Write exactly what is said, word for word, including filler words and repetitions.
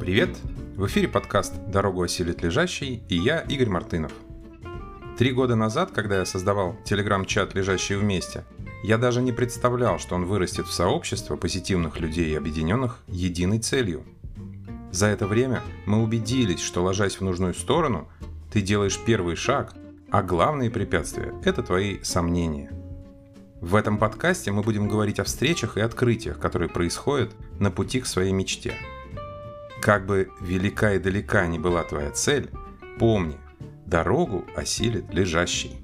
привет! В эфире подкаст «Дорогу осилит лежащий» и я, Игорь Мартынов. Три года назад, когда я создавал телеграм-чат «Лежащие вместе», я даже не представлял, что он вырастет в сообщество позитивных людей, объединенных единой целью. За это время мы убедились, что, ложась в нужную сторону, ты делаешь первый шаг, а главные препятствия – это твои сомнения. В этом подкасте мы будем говорить о встречах и открытиях, которые происходят на пути к своей мечте. Как бы велика и далека ни была твоя цель, помни, дорогу осилит лежащий.